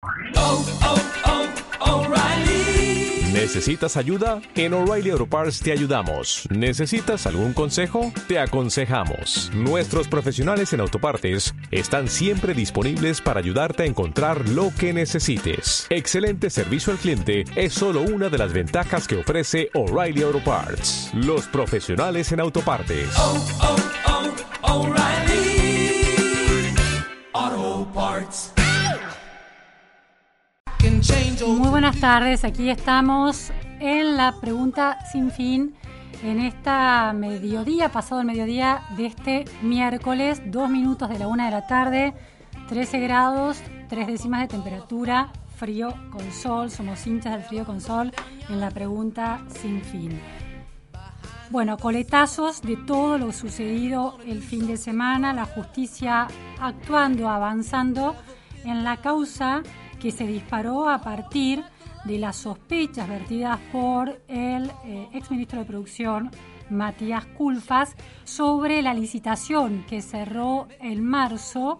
O'Reilly. ¿Necesitas ayuda? En O'Reilly Auto Parts te ayudamos. ¿Necesitas algún consejo? Te aconsejamos. Nuestros profesionales en autopartes están siempre disponibles para ayudarte a encontrar lo que necesites. Excelente servicio al cliente es solo una de las ventajas que ofrece O'Reilly Auto Parts. Los profesionales en autopartes. O'Reilly Auto Parts. Muy buenas tardes, aquí estamos en la pregunta sin fin en esta mediodía, pasado el mediodía de este miércoles, 2 minutos de la 1 de la tarde, 13 grados, 3 décimas de temperatura, frío con sol, somos hinchas del frío con sol en la pregunta sin fin. Bueno, coletazos de todo lo sucedido el fin de semana, la justicia actuando, avanzando en la causa que se disparó a partir de las sospechas vertidas por el exministro de Producción, Matías Culfas, sobre la licitación que cerró en marzo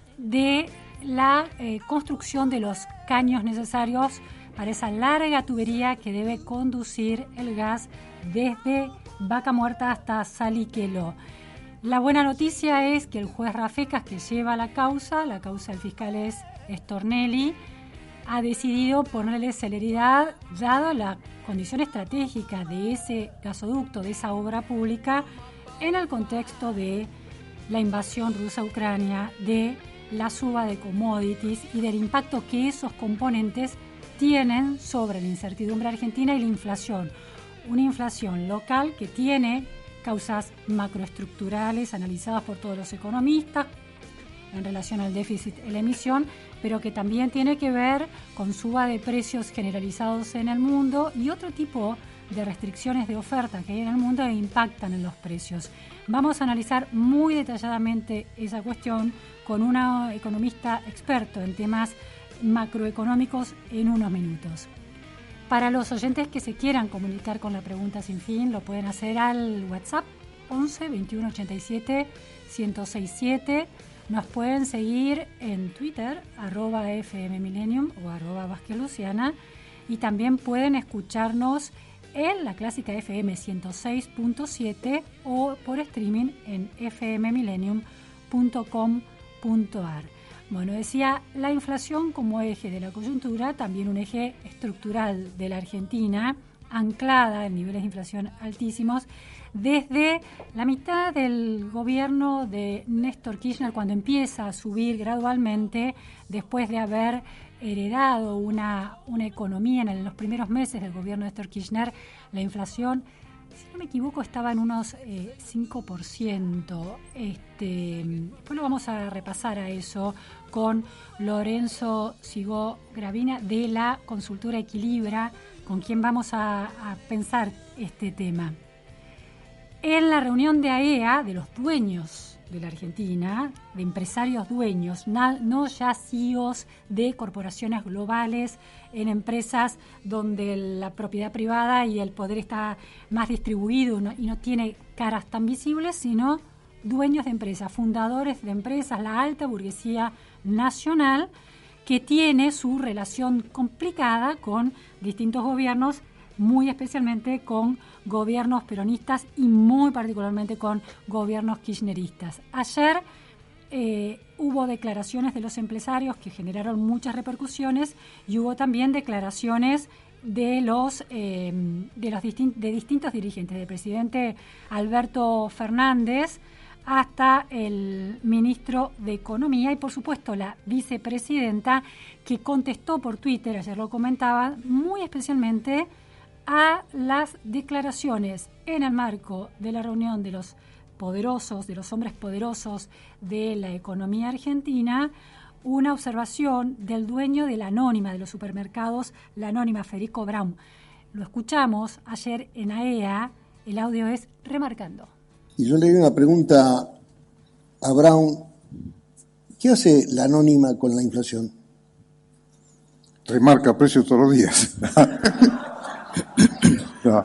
de la construcción de los caños necesarios para esa larga tubería que debe conducir el gas desde Vaca Muerta hasta Saliqueló. La buena noticia es que el juez Rafecas, que lleva la causa del fiscal es Stornelli, ha decidido ponerle celeridad, dado la condición estratégica de ese gasoducto, de esa obra pública, en el contexto de la invasión rusa a Ucrania, de la suba de commodities y del impacto que esos componentes tienen sobre la incertidumbre argentina y la inflación. Una inflación local que tiene causas macroestructurales analizadas por todos los economistas en relación al déficit y la emisión, pero que también tiene que ver con suba de precios generalizados en el mundo y otro tipo de restricciones de oferta que hay en el mundo e impactan en los precios. Vamos a analizar muy detalladamente esa cuestión con un economista experto en temas macroeconómicos en unos minutos. Para los oyentes que se quieran comunicar con la pregunta sin fin, lo pueden hacer al WhatsApp 11 21 87 1067. Nos pueden seguir en Twitter, @FMMillenium o @VázquezLuciana, y también pueden escucharnos en la clásica FM 106.7 o por streaming en fmmillenium.com.ar. Bueno, decía, la inflación como eje de la coyuntura, también un eje estructural de la Argentina, anclada en niveles de inflación altísimos, desde la mitad del gobierno de Néstor Kirchner, cuando empieza a subir gradualmente, después de haber heredado una economía en los primeros meses del gobierno de Néstor Kirchner, la inflación, si no me equivoco, estaba en unos 5%. Después lo vamos a repasar a eso con Lorenzo Sigó Gravina de la consultora Equilibra, con quien vamos a pensar este tema. En la reunión de AEA, de los dueños de la Argentina, de empresarios dueños, no ya CEOs de corporaciones globales, en empresas donde la propiedad privada y el poder está más distribuido y no tiene caras tan visibles, sino dueños de empresas, fundadores de empresas, la alta burguesía nacional, que tiene su relación complicada con distintos gobiernos, muy especialmente con gobiernos peronistas y muy particularmente con gobiernos kirchneristas. Ayer hubo declaraciones de los empresarios que generaron muchas repercusiones y hubo también declaraciones de distintos dirigentes, del presidente Alberto Fernández hasta el ministro de Economía y, por supuesto, la vicepresidenta, que contestó por Twitter, ayer lo comentaba, muy especialmente a las declaraciones en el marco de la reunión de los poderosos, de los hombres poderosos de la economía argentina, una observación del dueño de la Anónima, de los supermercados, la Anónima, Federico Braun. Lo escuchamos ayer en AEA, el audio es Remarcando. Y yo le di una pregunta a Braun: ¿qué hace la Anónima con la inflación? Remarca precios todos los días. No.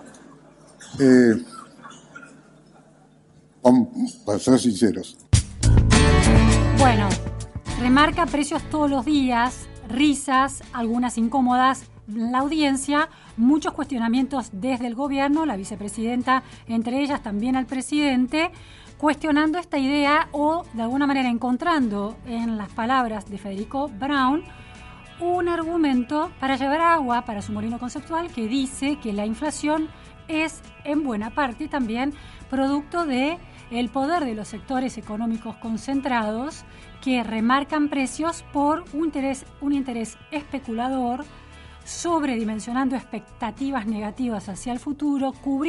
Para ser sinceros. Bueno, remarca precios todos los días, risas, algunas incómodas en la audiencia, muchos cuestionamientos desde el gobierno, la vicepresidenta entre ellas, también al presidente, cuestionando esta idea o de alguna manera encontrando en las palabras de Federico Braun un argumento para llevar agua para su molino conceptual, que dice que la inflación es en buena parte también producto de el poder de los sectores económicos concentrados que remarcan precios por un interés especulador, sobredimensionando expectativas negativas hacia el futuro,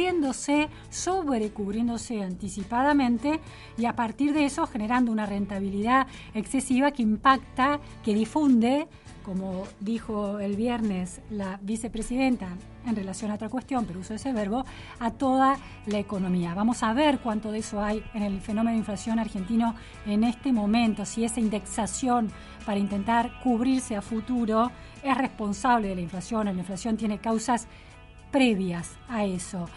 sobrecubriéndose anticipadamente y a partir de eso generando una rentabilidad excesiva que impacta, que difunde, como dijo el viernes la vicepresidenta en relación a otra cuestión, pero uso ese verbo, a toda la economía. Vamos a ver cuánto de eso hay en el fenómeno de inflación argentino en este momento, si esa indexación para intentar cubrirse a futuro es responsable de la inflación. La inflación tiene causas previas a eso.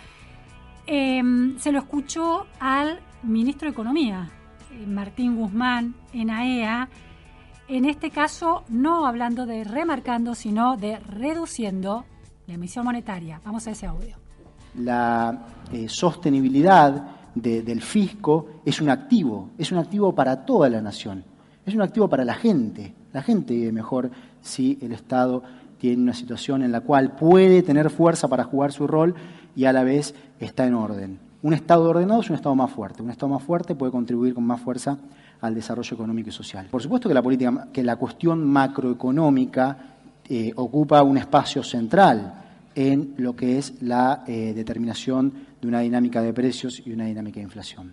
Se lo escuchó al ministro de Economía, Martín Guzmán, en AEA, en este caso no hablando de remarcando, sino de reduciendo la emisión monetaria. Vamos a ese audio. La sostenibilidad del fisco es un activo para toda la nación, es un activo para la gente. La gente vive mejor si el Estado tiene una situación en la cual puede tener fuerza para jugar su rol y a la vez está en orden. Un Estado ordenado es un Estado más fuerte. Un Estado más fuerte puede contribuir con más fuerza al desarrollo económico y social. Por supuesto que la cuestión macroeconómica ocupa un espacio central en lo que es la determinación de una dinámica de precios y una dinámica de inflación.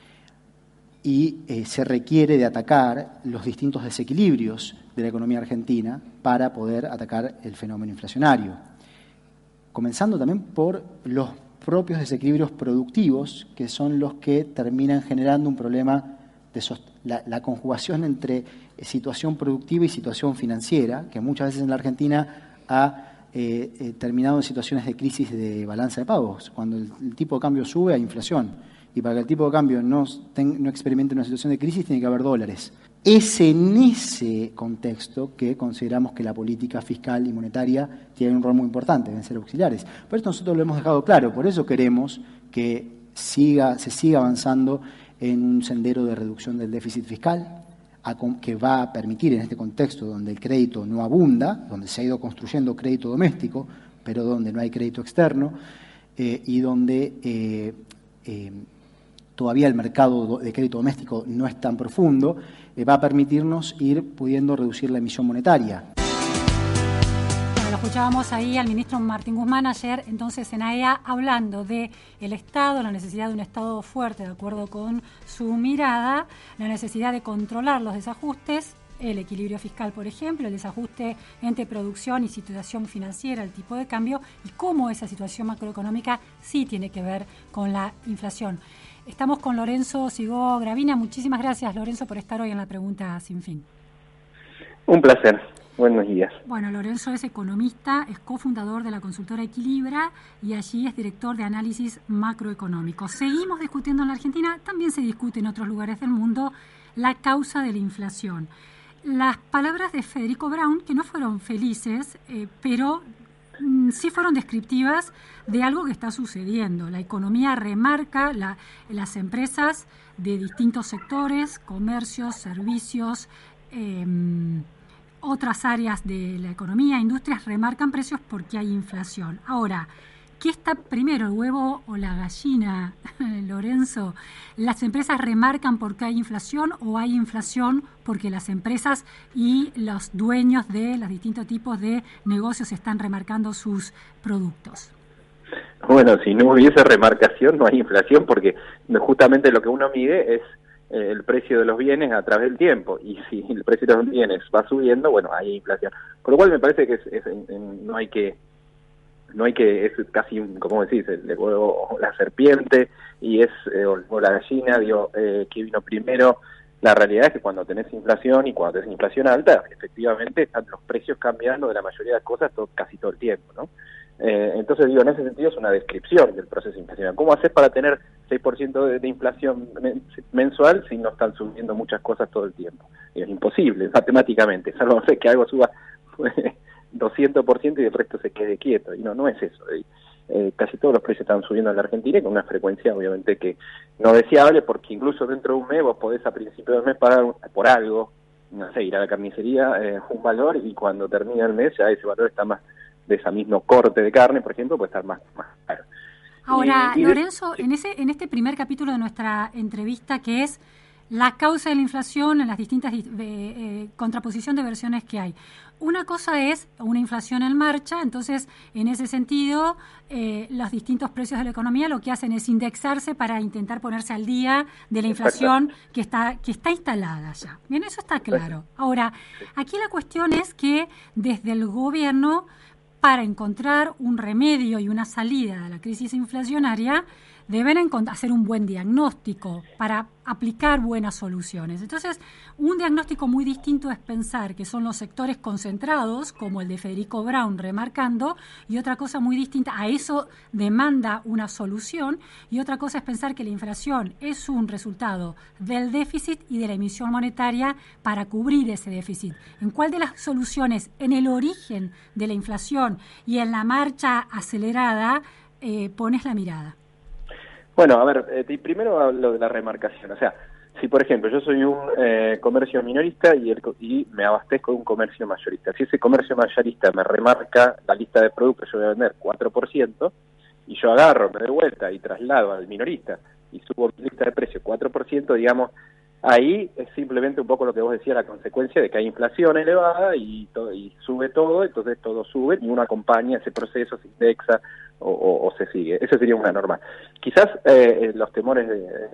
Y se requiere de atacar los distintos desequilibrios de la economía argentina para poder atacar el fenómeno inflacionario. Comenzando también por los propios desequilibrios productivos, que son los que terminan generando un problema de la conjugación entre situación productiva y situación financiera, que muchas veces en la Argentina ha terminado en situaciones de crisis de balanza de pagos. Cuando el tipo de cambio sube, hay inflación. Y para que el tipo de cambio no experimente una situación de crisis, tiene que haber dólares. Es en ese contexto que consideramos que la política fiscal y monetaria tiene un rol muy importante, deben ser auxiliares. Por eso nosotros lo hemos dejado claro, por eso queremos que se siga avanzando en un sendero de reducción del déficit fiscal, que va a permitir en este contexto donde el crédito no abunda, donde se ha ido construyendo crédito doméstico, pero donde no hay crédito externo, y donde todavía el mercado de crédito doméstico no es tan profundo, va a permitirnos ir pudiendo reducir la emisión monetaria. Bueno, lo escuchábamos ahí al ministro Martín Guzmán ayer, entonces en AEA, hablando de el Estado, la necesidad de un Estado fuerte, de acuerdo con su mirada, la necesidad de controlar los desajustes, el equilibrio fiscal, por ejemplo, el desajuste entre producción y situación financiera, el tipo de cambio, y cómo esa situación macroeconómica sí tiene que ver con la inflación. Estamos con Lorenzo Sigó Gravina. Muchísimas gracias, Lorenzo, por estar hoy en la Pregunta Sin Fin. Un placer. Buenos días. Bueno, Lorenzo es economista, es cofundador de la consultora Equilibra y allí es director de análisis macroeconómico. Seguimos discutiendo en la Argentina, también se discute en otros lugares del mundo, la causa de la inflación. Las palabras de Federico Braun, que no fueron felices, pero sí fueron descriptivas de algo que está sucediendo. La economía remarca las empresas de distintos sectores, comercios, servicios, otras áreas de la economía, industrias, remarcan precios porque hay inflación. Ahora, ¿qué está primero, el huevo o la gallina, Lorenzo? ¿Las empresas remarcan porque hay inflación o hay inflación porque las empresas y los dueños de los distintos tipos de negocios están remarcando sus productos? Bueno, si no hubiese remarcación no hay inflación, porque justamente lo que uno mide es el precio de los bienes a través del tiempo, y si el precio de los bienes va subiendo, bueno, hay inflación. Por lo cual me parece que no hay que, es casi, como decís, el huevo o la serpiente, y es o la gallina, ¿qué vino primero? La realidad es que cuando tenés inflación, y cuando tenés inflación alta, efectivamente están los precios cambiando de la mayoría de las cosas casi todo el tiempo, ¿no? Entonces, en ese sentido es una descripción del proceso inflacionario. ¿Cómo haces para tener 6% de inflación mensual si no están subiendo muchas cosas todo el tiempo? Es imposible, matemáticamente, salvo que algo suba 200% y el resto se quede quieto. Y no es eso. Casi todos los precios están subiendo en la Argentina y con una frecuencia obviamente que no deseable, porque incluso dentro de un mes vos podés a principio del mes pagar por algo, no sé, ir a la carnicería, un valor, y cuando termina el mes ya ese valor está más de ese mismo corte de carne, por ejemplo, puede estar más caro. Ahora, Lorenzo, en este primer capítulo de nuestra entrevista, que es la causa de la inflación en las distintas contraposición de versiones que hay. Una cosa es una inflación en marcha, entonces, en ese sentido, los distintos precios de la economía lo que hacen es indexarse para intentar ponerse al día de la inflación que está instalada ya. Bien, eso está claro. Ahora, aquí la cuestión es que desde el gobierno, para encontrar un remedio y una salida a la crisis inflacionaria, deben hacer un buen diagnóstico para aplicar buenas soluciones. Entonces, un diagnóstico muy distinto es pensar que son los sectores concentrados, como el de Federico Braun remarcando, y otra cosa muy distinta, a eso demanda una solución, y otra cosa es pensar que la inflación es un resultado del déficit y de la emisión monetaria para cubrir ese déficit. ¿En cuál de las soluciones, en el origen de la inflación y en la marcha acelerada, pones la mirada? Bueno, a ver, primero lo de la remarcación. O sea, si por ejemplo yo soy un comercio minorista y me abastezco de un comercio mayorista, si ese comercio mayorista me remarca la lista de productos, yo voy a vender 4%, y yo agarro, me doy vuelta y traslado al minorista y subo mi lista de precios 4%, digamos, ahí es simplemente un poco lo que vos decías, la consecuencia de que hay inflación elevada y sube todo, entonces todo sube y uno acompaña ese proceso, se indexa o se sigue. Eso sería una norma. Quizás los temores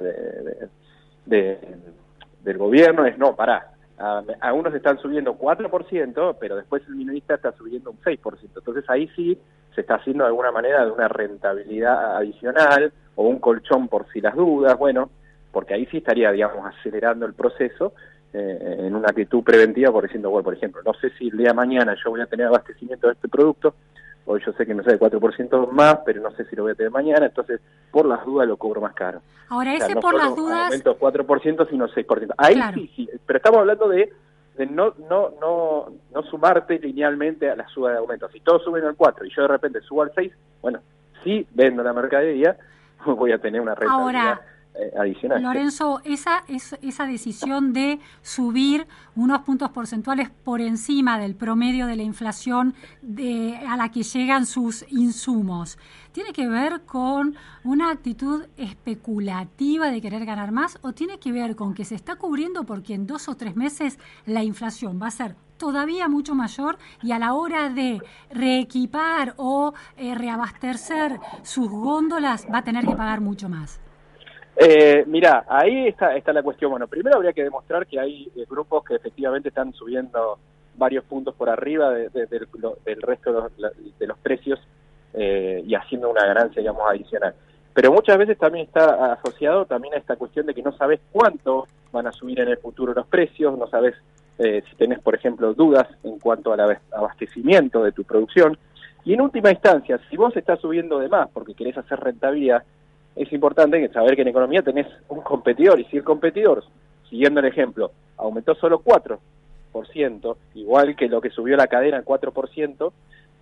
del gobierno es, no, pará, a unos están subiendo 4%, pero después el minorista está subiendo un 6%. Entonces ahí sí se está haciendo de alguna manera de una rentabilidad adicional o un colchón por si las dudas, bueno, porque ahí sí estaría, digamos, acelerando el proceso en una actitud preventiva, por ejemplo, no sé si el día de mañana yo voy a tener abastecimiento de este producto, hoy yo sé que me sale 4% más, pero no sé si lo voy a tener mañana, entonces por las dudas lo cobro más caro. Ahora, ese no por las dudas... aumento 4%, sino 6%. Ahí claro. sí, pero estamos hablando de no sumarte linealmente a la suba de aumento. Si todos suben al 4 y yo de repente subo al 6, bueno, si vendo la mercadería, voy a tener una rentabilidad adicional. Lorenzo, esa decisión de subir unos puntos porcentuales por encima del promedio de la inflación a la que llegan sus insumos, ¿tiene que ver con una actitud especulativa de querer ganar más o tiene que ver con que se está cubriendo porque en 2 o 3 meses la inflación va a ser todavía mucho mayor y a la hora de reequipar o reabastecer sus góndolas va a tener que pagar mucho más? Mirá, ahí está la cuestión. Bueno, primero habría que demostrar que hay grupos que efectivamente están subiendo varios puntos por arriba del resto de los precios y haciendo una ganancia, digamos, adicional. Pero muchas veces también está asociado también a esta cuestión de que no sabes cuánto van a subir en el futuro los precios, no sabes si tenés, por ejemplo, dudas en cuanto al abastecimiento de tu producción. Y en última instancia, si vos estás subiendo de más porque querés hacer rentabilidad, es importante saber que en economía tenés un competidor, y si el competidor, siguiendo el ejemplo, aumentó solo 4%, igual que lo que subió la cadena en 4%,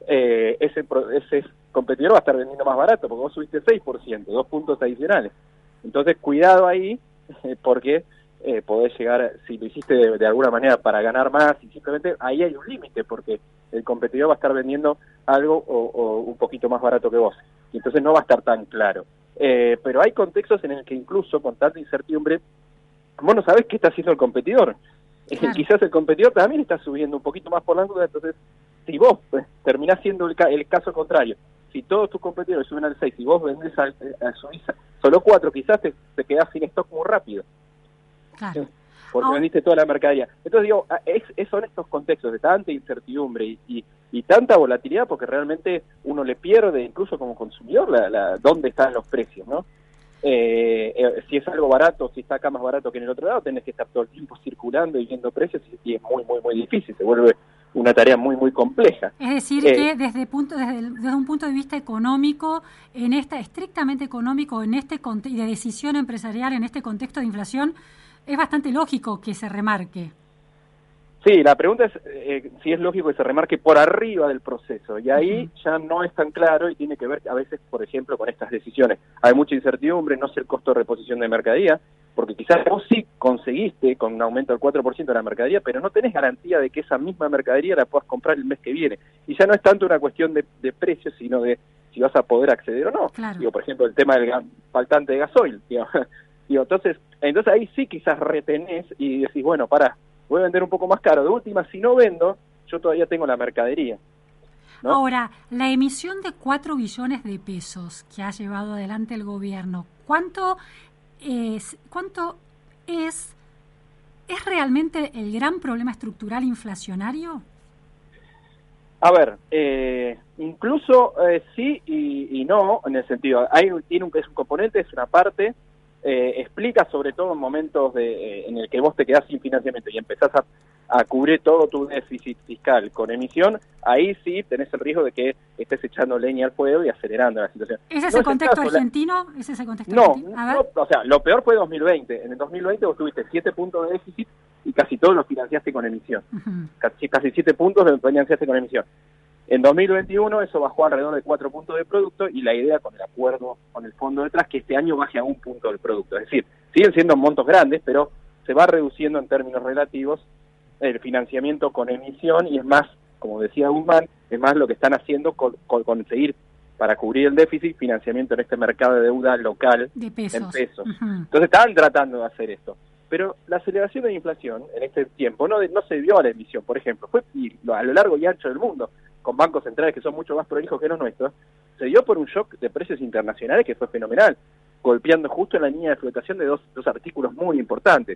ese competidor va a estar vendiendo más barato, porque vos subiste 6%, 2 puntos adicionales. Entonces, cuidado ahí, porque podés llegar, si lo hiciste de alguna manera para ganar más, y simplemente ahí hay un límite, porque el competidor va a estar vendiendo algo o un poquito más barato que vos, y entonces no va a estar tan claro. Pero hay contextos en el que incluso con tanta incertidumbre vos no sabés qué está haciendo el competidor. Claro. Quizás el competidor también está subiendo un poquito más por la duda, entonces si vos terminás siendo el caso contrario, si todos tus competidores suben al 6 y vos vendés a subir solo 4, quizás te quedás sin stock muy rápido. Claro. Porque vendiste toda la mercadería. Entonces digo, son estos contextos de tanta incertidumbre y tanta volatilidad, porque realmente uno le pierde, incluso como consumidor, dónde están los precios, ¿no? Si es algo barato, si está acá más barato que en el otro lado, tenés que estar todo el tiempo circulando y viendo precios, y es muy, muy, muy difícil, se vuelve una tarea muy, muy compleja. Es decir, que desde un punto de vista económico, estrictamente económico, y de decisión empresarial en este contexto de inflación, es bastante lógico que se remarque. Sí, la pregunta es si es lógico que se remarque por arriba del proceso, y ahí ya no es tan claro y tiene que ver a veces, por ejemplo, con estas decisiones. Hay mucha incertidumbre, no sé el costo de reposición de mercadería, porque quizás vos sí conseguiste con un aumento del 4% de la mercadería, pero no tenés garantía de que esa misma mercadería la puedas comprar el mes que viene. Y ya no es tanto una cuestión de precios, sino de si vas a poder acceder o no. Claro. Digo, por ejemplo, el tema del faltante de gasoil. Digo, entonces ahí sí quizás retenés y decís, bueno, voy a vender un poco más caro. De última, si no vendo, yo todavía tengo la mercadería, ¿no? Ahora, la emisión de 4 billones de pesos que ha llevado adelante el gobierno, ¿cuánto es realmente el gran problema estructural inflacionario? A ver, incluso sí y no, en el sentido, es un componente, es una parte, explica sobre todo en momentos en el que vos te quedás sin financiamiento y empezás a cubrir todo tu déficit fiscal con emisión, ahí sí tenés el riesgo de que estés echando leña al fuego y acelerando la situación. ¿Es ese contexto argentino? No, o sea, lo peor fue 2020. En el 2020 vos tuviste 7 puntos de déficit y casi todos los financiaste con emisión. Uh-huh. Casi 7 puntos lo financiaste con emisión. En 2021 eso bajó alrededor de 4 puntos de producto y la idea con el acuerdo con el fondo detrás que este año baje a 1 punto del producto. Es decir, siguen siendo montos grandes, pero se va reduciendo en términos relativos el financiamiento con emisión y es más, como decía Guzmán, es más lo que están haciendo con conseguir para cubrir el déficit financiamiento en este mercado de deuda local de pesos. En pesos. Uh-huh. Entonces estaban tratando de hacer esto. Pero la aceleración de la inflación en este tiempo no se debió a la emisión, por ejemplo, fue a lo largo y ancho del mundo, con bancos centrales que son mucho más prolijos que los nuestros, se dio por un shock de precios internacionales que fue fenomenal, golpeando justo en la línea de flotación de dos artículos muy importantes,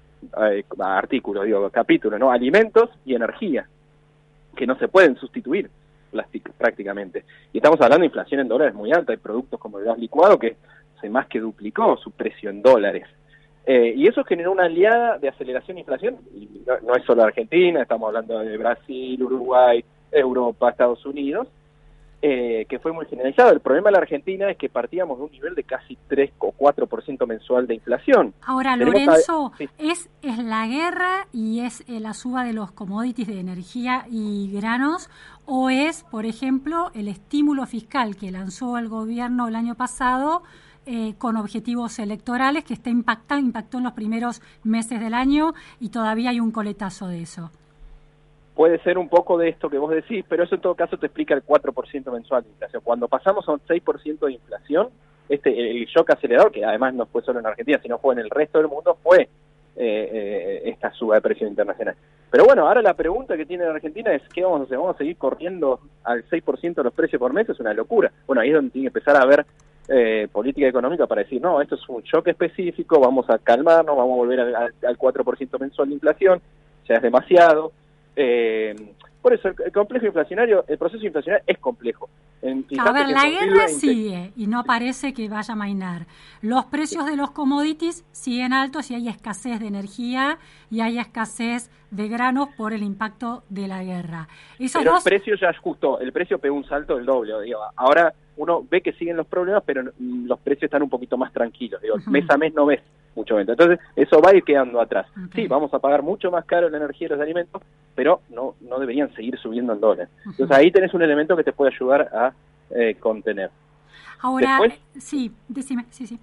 capítulos, ¿no? Alimentos y energía, que no se pueden sustituir prácticamente. Y estamos hablando de inflación en dólares muy alta, hay productos como el gas licuado que se más que duplicó su precio en dólares. Y eso generó una aliada de aceleración de inflación, y no es solo Argentina, estamos hablando de Brasil, Uruguay, Europa, Estados Unidos, que fue muy generalizado. El problema de la Argentina es que partíamos de un nivel de casi 3 o 4% mensual de inflación. Ahora, Lorenzo, sí. ¿Es la guerra y es la suba de los commodities de energía y granos, o es, por ejemplo, el estímulo fiscal que lanzó el gobierno el año pasado con objetivos electorales que impactó en los primeros meses del año y todavía hay un coletazo de eso? Puede ser un poco de esto que vos decís, pero eso en todo caso te explica el 4% mensual de inflación. Cuando pasamos a un 6% de inflación, el shock acelerador, que además no fue solo en Argentina, sino fue en el resto del mundo, fue esta suba de precios internacional. Pero bueno, ahora la pregunta que tiene la Argentina es, ¿qué vamos a hacer? ¿Vamos a seguir corriendo al 6% de los precios por mes? Es una locura. Bueno, ahí es donde tiene que empezar a haber política económica para decir, no, esto es un shock específico, vamos a calmarnos, vamos a volver al 4% mensual de inflación, ya es demasiado. Por eso el complejo inflacionario, el proceso inflacionario es complejo. A ver, la guerra sigue y no parece que vaya a amainar. Los precios de los commodities siguen altos y hay escasez de energía y hay escasez de granos por el impacto de la guerra. El precio ya es justo, el precio pegó un salto del doble. Digo, ahora uno ve que siguen los problemas, pero los precios están un poquito más tranquilos. Digo, uh-huh. Mes a mes no ves mucho venta. Entonces, eso va a ir quedando atrás. Okay. Sí, vamos a pagar mucho más caro la energía y los alimentos, pero no deberían seguir subiendo en dólares. Uh-huh. Entonces, ahí tenés un elemento que te puede ayudar a contener. Ahora, después, sí, decime, sí.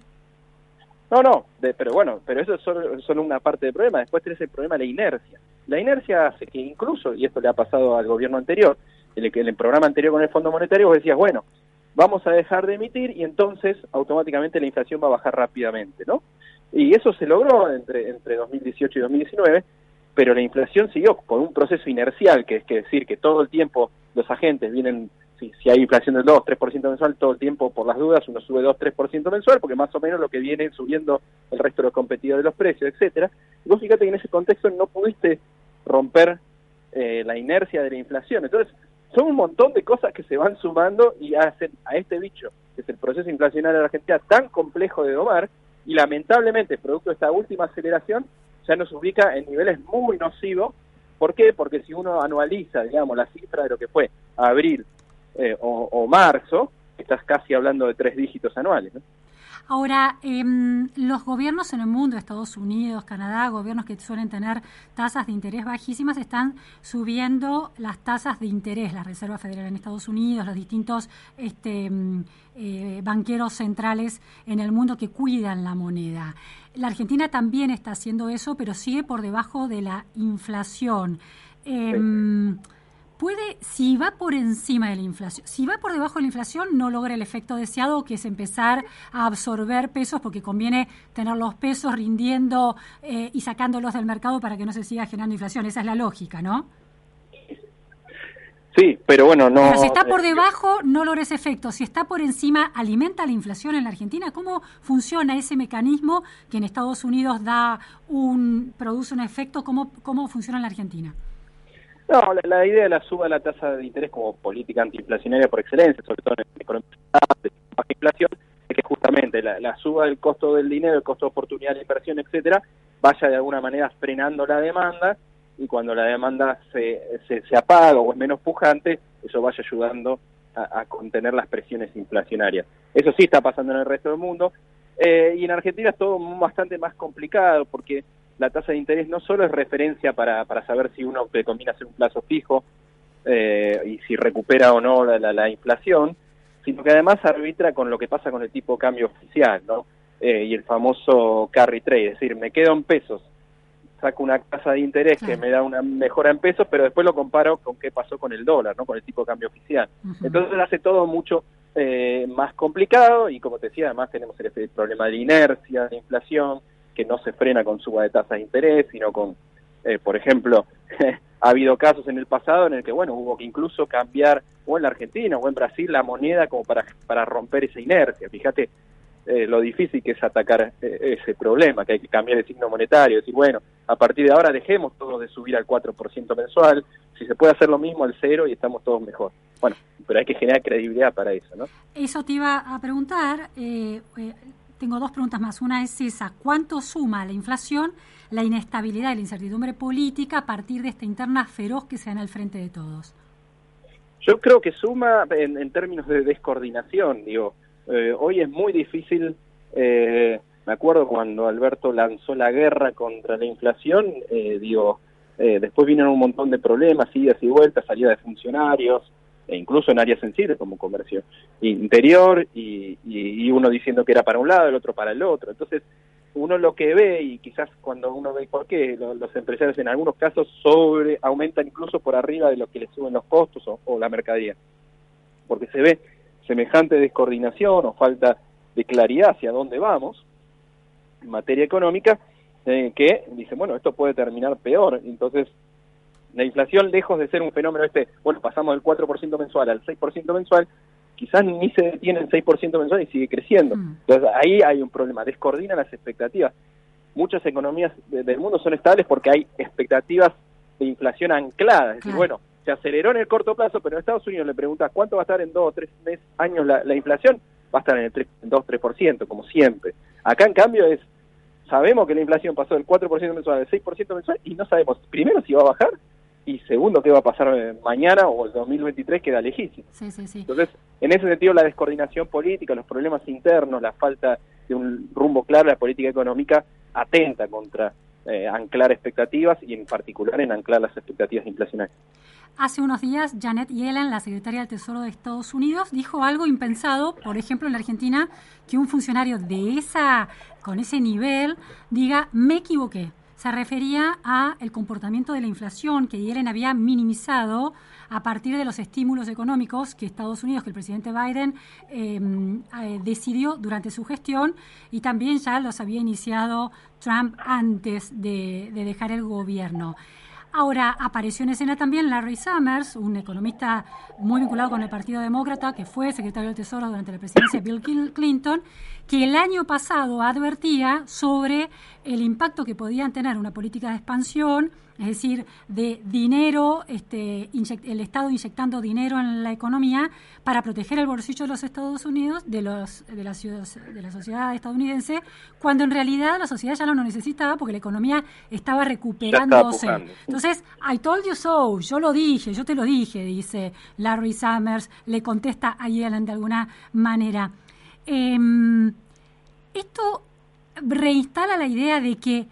Pero eso es solo una parte del problema. Después tenés el problema de la inercia. La inercia hace que incluso, y esto le ha pasado al gobierno anterior, en el programa anterior con el Fondo Monetario, vos decías, bueno, vamos a dejar de emitir y entonces automáticamente la inflación va a bajar rápidamente, ¿no? Y eso se logró entre 2018 y 2019, pero la inflación siguió por un proceso inercial, que es decir que todo el tiempo los agentes vienen, si hay inflación del 2-3% mensual, todo el tiempo por las dudas uno sube 2-3% mensual, porque más o menos lo que viene subiendo el resto de los competidores de los precios, etcétera. Y vos fíjate que en ese contexto no pudiste romper la inercia de la inflación. Entonces, son un montón de cosas que se van sumando y hacen a este bicho, que es el proceso inflacionario de la Argentina, tan complejo de domar, y lamentablemente, producto de esta última aceleración, ya nos ubica en niveles muy nocivos. ¿Por qué? Porque si uno anualiza, digamos, la cifra de lo que fue abril o marzo, estás casi hablando de 3 dígitos anuales, ¿no? Ahora, los gobiernos en el mundo, Estados Unidos, Canadá, gobiernos que suelen tener tasas de interés bajísimas, están subiendo las tasas de interés. La Reserva Federal en Estados Unidos, los distintos banqueros centrales en el mundo que cuidan la moneda. La Argentina también está haciendo eso, pero sigue por debajo de la inflación. Si va por encima de la inflación, si va por debajo de la inflación, no logra el efecto deseado, que es empezar a absorber pesos, porque conviene tener los pesos rindiendo y sacándolos del mercado para que no se siga generando inflación. Esa es la lógica, ¿no? Sí, pero bueno, no... Pero si está por debajo, no logra ese efecto. Si está por encima, ¿alimenta la inflación en la Argentina? ¿Cómo funciona ese mecanismo que en Estados Unidos produce un efecto? ¿Cómo funciona en la Argentina? No, la idea de la suba de la tasa de interés como política antiinflacionaria por excelencia, sobre todo en el economía de baja inflación, es que justamente la suba del costo del dinero, el costo de oportunidad de inversión, etcétera, vaya de alguna manera frenando la demanda, y cuando la demanda se apaga o es menos pujante, eso vaya ayudando a contener las presiones inflacionarias. Eso sí está pasando en el resto del mundo, y en Argentina es todo bastante más complicado, porque la tasa de interés no solo es referencia para saber si uno le conviene hacer un plazo fijo y si recupera o no la inflación, sino que además arbitra con lo que pasa con el tipo de cambio oficial, ¿no? Y el famoso carry trade, es decir, me quedo en pesos, saco una tasa de interés que me da una mejora en pesos, pero después lo comparo con qué pasó con el dólar, ¿no? Con el tipo de cambio oficial. Entonces hace todo mucho más complicado, y como te decía, además tenemos el problema de la inercia, de la inflación, que no se frena con suba de tasas de interés, sino con, por ejemplo, ha habido casos en el pasado en el que, bueno, hubo que incluso cambiar, o en la Argentina o en Brasil, la moneda como para romper esa inercia. Fíjate lo difícil que es atacar ese problema, que hay que cambiar el signo monetario, decir, bueno, a partir de ahora dejemos todos de subir al 4% mensual, si se puede hacer lo mismo al 0 y estamos todos mejor. Bueno, pero hay que generar credibilidad para eso, ¿no? Eso te iba a preguntar. Tengo dos preguntas más. Una es esa: ¿cuánto suma la inflación, la inestabilidad y la incertidumbre política a partir de esta interna feroz que se da en el frente de todos? Yo creo que suma en términos de descoordinación, digo. Hoy es muy difícil, me acuerdo cuando Alberto lanzó la guerra contra la inflación, después vinieron un montón de problemas, idas y vueltas, salida de funcionarios, e incluso en áreas sensibles como comercio interior, y uno diciendo que era para un lado, el otro para el otro. Entonces, uno lo que ve, y quizás cuando uno ve por qué los empresarios en algunos casos aumentan incluso por arriba de lo que les suben los costos o la mercadería, porque se ve semejante descoordinación o falta de claridad hacia dónde vamos en materia económica, que dicen, bueno, esto puede terminar peor. Entonces, la inflación, lejos de ser un fenómeno pasamos del 4% mensual al 6% mensual, quizás ni se detiene en 6% mensual y sigue creciendo. Entonces, ahí hay un problema, descoordina las expectativas. Muchas economías del mundo son estables porque hay expectativas de inflación ancladas, es decir, bueno, se aceleró en el corto plazo, pero en Estados Unidos le preguntas cuánto va a estar en 2 o 3 años la inflación, va a estar en el 2-3%, como siempre. Acá, en cambio, sabemos que la inflación pasó del 4% mensual al 6% mensual, y no sabemos, primero, si va a bajar, y segundo, qué va a pasar mañana o el 2023, queda lejísimo. Sí. Entonces, en ese sentido, la descoordinación política, los problemas internos, la falta de un rumbo claro de la política económica, atenta contra anclar expectativas, y en particular en anclar las expectativas inflacionarias. Hace unos días, Janet Yellen, la secretaria del Tesoro de Estados Unidos, dijo algo impensado, por ejemplo, en la Argentina, que un funcionario con ese nivel diga, me equivoqué. Se refería a el comportamiento de la inflación que Yellen había minimizado a partir de los estímulos económicos que Estados Unidos, que el presidente Biden decidió durante su gestión, y también ya los había iniciado Trump antes de dejar el gobierno. Ahora, apareció en escena también Larry Summers, un economista muy vinculado con el Partido Demócrata, que fue secretario del Tesoro durante la presidencia de Bill Clinton, que el año pasado advertía sobre el impacto que podían tener una política de expansión, es decir, de dinero, el Estado inyectando dinero en la economía para proteger el bolsillo de los Estados Unidos, de la sociedad estadounidense, cuando en realidad la sociedad ya no lo necesitaba porque la economía estaba recuperándose. Entonces, I told you so, yo te lo dije, dice Larry Summers, le contesta a Yellen de alguna manera. Esto reinstala la idea de que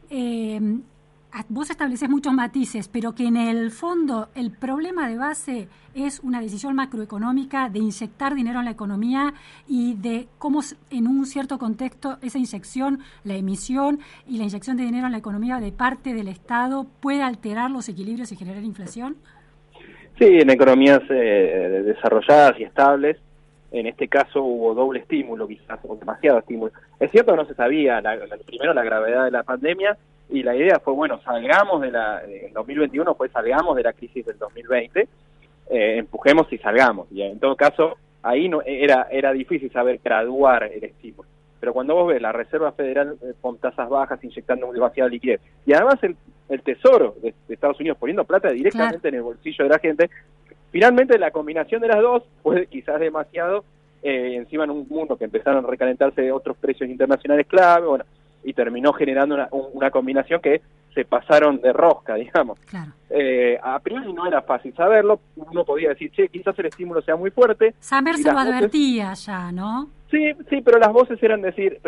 vos estableces muchos matices, pero que en el fondo el problema de base es una decisión macroeconómica de inyectar dinero en la economía y de cómo en un cierto contexto esa inyección, la emisión y la inyección de dinero en la economía de parte del Estado puede alterar los equilibrios y generar inflación. Sí, en economías desarrolladas y estables, en este caso hubo doble estímulo quizás, o demasiado estímulo. Es cierto que no se sabía, primero la gravedad de la pandemia, y la idea fue, bueno, salgamos en 2021 salgamos de la crisis del 2020, empujemos y salgamos. Y en todo caso, ahí no era difícil saber graduar el estímulo. Pero cuando vos ves la Reserva Federal con tasas bajas, inyectando demasiada liquidez, y además el Tesoro de Estados Unidos poniendo plata directamente en el bolsillo de la gente, finalmente la combinación de las dos fue quizás demasiado, encima en un mundo que empezaron a recalentarse otros precios internacionales clave, bueno, y terminó generando una combinación que se pasaron de rosca, digamos. Claro. A priori no era fácil saberlo, uno podía decir, quizás el estímulo sea muy fuerte. Saber se lo advertía ya, ¿no? Sí, pero las voces eran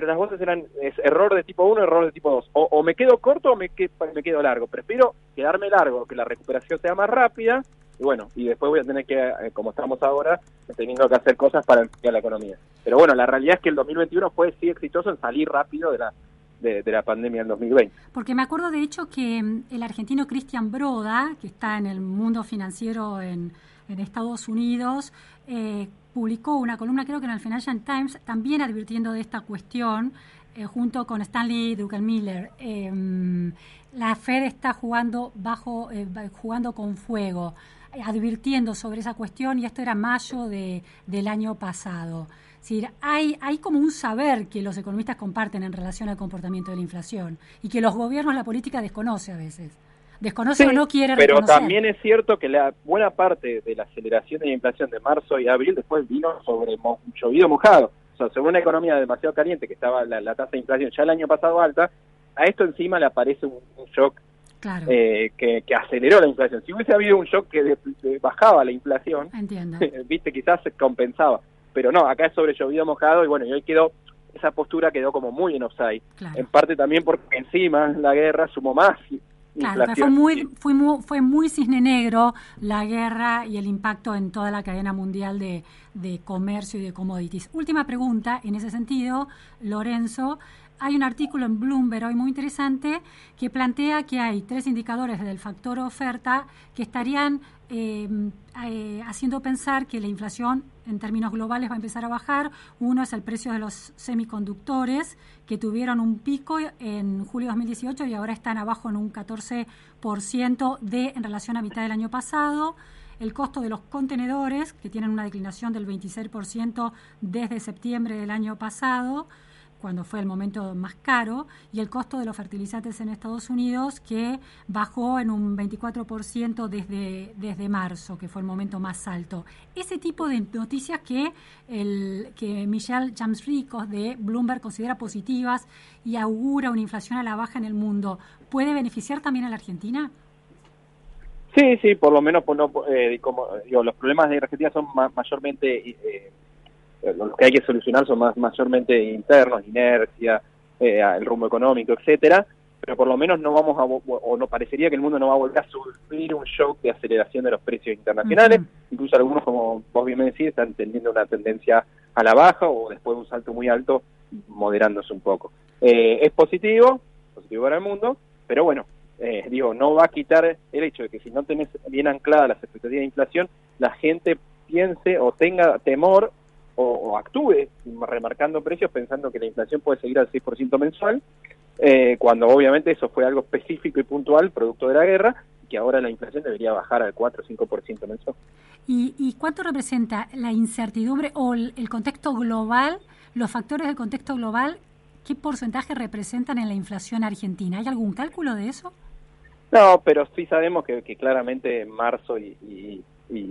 error de tipo 1, error de tipo 2. O me quedo corto o me quedo largo. Prefiero quedarme largo, que la recuperación sea más rápida, y bueno, y después voy a tener que, como estamos ahora, teniendo que hacer cosas para enfriar la economía. Pero bueno, la realidad es que el 2021 fue sí exitoso en salir rápido de la pandemia del 2020. Porque me acuerdo de hecho que el argentino Cristian Broda, que está en el mundo financiero en Estados Unidos, publicó una columna, creo que en el Financial Times, también advirtiendo de esta cuestión, junto con Stanley Druckenmiller. La Fed está jugando con fuego, advirtiendo sobre esa cuestión, y esto era mayo del año pasado. Es decir, hay como un saber que los economistas comparten en relación al comportamiento de la inflación y que los gobiernos, la política desconoce a veces. Desconoce o no quiere reconocer. Pero también es cierto que la buena parte de la aceleración de la inflación de marzo y abril después vino sobre llovido mojado. O sea, sobre una economía demasiado caliente, que estaba la tasa de inflación ya el año pasado alta, a esto encima le aparece un shock. Claro. Que aceleró la inflación. Si hubiese habido un shock que bajaba la inflación, viste, quizás se compensaba. Pero no, acá es sobre llovido mojado, y bueno, y hoy esa postura quedó como muy en offside. Claro. En parte también porque encima la guerra sumó más inflación. Fue muy cisne negro la guerra y el impacto en toda la cadena mundial de comercio y de commodities. Última pregunta en ese sentido, Lorenzo. Hay un artículo en Bloomberg hoy muy interesante que plantea que hay 3 indicadores del factor oferta que estarían haciendo pensar que la inflación en términos globales va a empezar a bajar. Uno es el precio de los semiconductores, que tuvieron un pico en julio de 2018 y ahora están abajo en un 14% en relación a mitad del año pasado. El costo de los contenedores, que tienen una declinación del 26% desde septiembre del año pasado, cuando fue el momento más caro, y el costo de los fertilizantes en Estados Unidos, que bajó en un 24% desde marzo, que fue el momento más alto. Ese tipo de noticias que Michelle James-Ricos de Bloomberg considera positivas y augura una inflación a la baja en el mundo, ¿puede beneficiar también a la Argentina? Sí, por lo menos los problemas de Argentina son mayormente... los que hay que solucionar son mayormente internos, inercia, el rumbo económico, etcétera, pero por lo menos no vamos no parecería que el mundo no va a volver a sufrir un shock de aceleración de los precios internacionales. Incluso algunos, como vos bien me decís, están teniendo una tendencia a la baja, o después de un salto muy alto, moderándose un poco. Es positivo para el mundo, pero bueno, no va a quitar el hecho de que si no tenés bien ancladas las expectativas de inflación, la gente piense o tenga temor o actúe remarcando precios pensando que la inflación puede seguir al 6% mensual, cuando obviamente eso fue algo específico y puntual producto de la guerra, y que ahora la inflación debería bajar al 4 o 5% mensual. ¿Y cuánto representa la incertidumbre o el contexto global, los factores del contexto global, qué porcentaje representan en la inflación argentina? ¿Hay algún cálculo de eso? No, pero sí sabemos que claramente en marzo y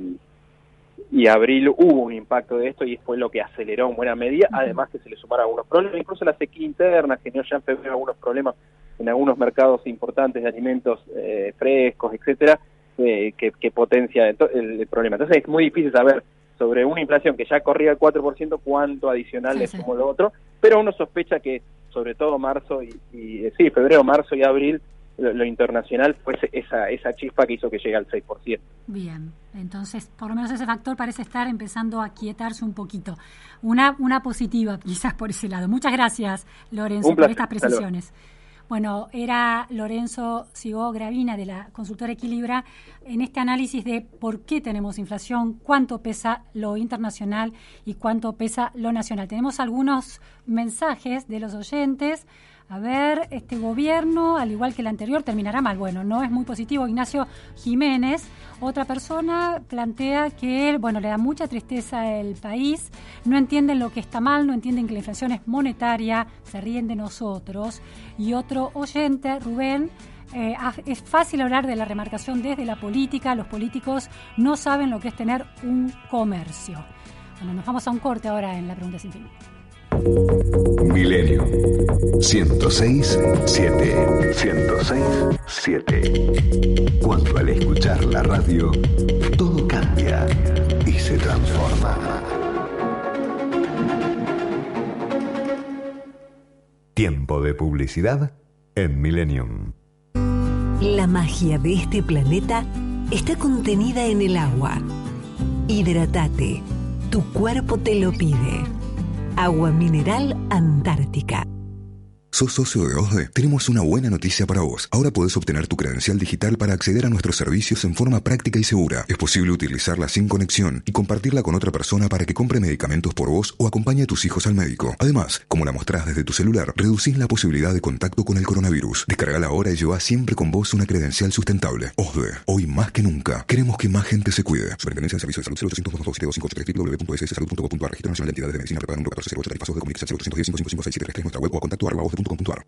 abril hubo un impacto de esto, y fue lo que aceleró en buena medida, además que se le sumaron algunos problemas, incluso la sequía interna generó ya en febrero algunos problemas en algunos mercados importantes de alimentos frescos, etcétera, que potencia el problema. Entonces es muy difícil saber sobre una inflación que ya corría el 4%, cuánto adicional le sumó lo otro, pero uno sospecha que sobre todo febrero, marzo y abril, lo internacional fue esa chispa que hizo que llegue al 6%. Bien, entonces por lo menos ese factor parece estar empezando a quietarse un poquito. Una positiva quizás por ese lado. Muchas gracias, Lorenzo, por estas precisiones. Bueno, era Lorenzo Sigó Gravina de la consultora Equilibra en este análisis de por qué tenemos inflación, cuánto pesa lo internacional y cuánto pesa lo nacional. Tenemos algunos mensajes de los oyentes. A ver, este gobierno, al igual que el anterior, terminará mal. Bueno, no es muy positivo. Ignacio Jiménez, otra persona, plantea que, le da mucha tristeza el país, no entienden lo que está mal, no entienden que la inflación es monetaria, se ríen de nosotros. Y otro oyente, Rubén, es fácil hablar de la remarcación desde la política, los políticos no saben lo que es tener un comercio. Bueno, nos vamos a un corte ahora en La Pregunta Sin Fin. Milenio 106.7 106.7. Cuando al escuchar la radio todo cambia y se transforma. Tiempo de publicidad en Millennium. La magia de este planeta está contenida en el agua. Hidrátate, tu cuerpo te lo pide. Agua mineral Antártica. ¿Sos socio de OSDE? Tenemos una buena noticia para vos. Ahora podés obtener tu credencial digital para acceder a nuestros servicios en forma práctica y segura. Es posible utilizarla sin conexión y compartirla con otra persona para que compre medicamentos por vos o acompañe a tus hijos al médico. Además, como la mostrás desde tu celular, reducís la posibilidad de contacto con el coronavirus. Descargala ahora y lleva siempre con vos una credencial sustentable. OSDE, hoy más que nunca, queremos que más gente se cuide. Superintendencia de Servicios de Salud 0800-227-2583 www.sssalud.gov.ar. Registro Nacional de Entidades de Medicina preparado 1408 tarifas de comunicación 0810-555733 nuestra web o a contacto@osde.com.ar.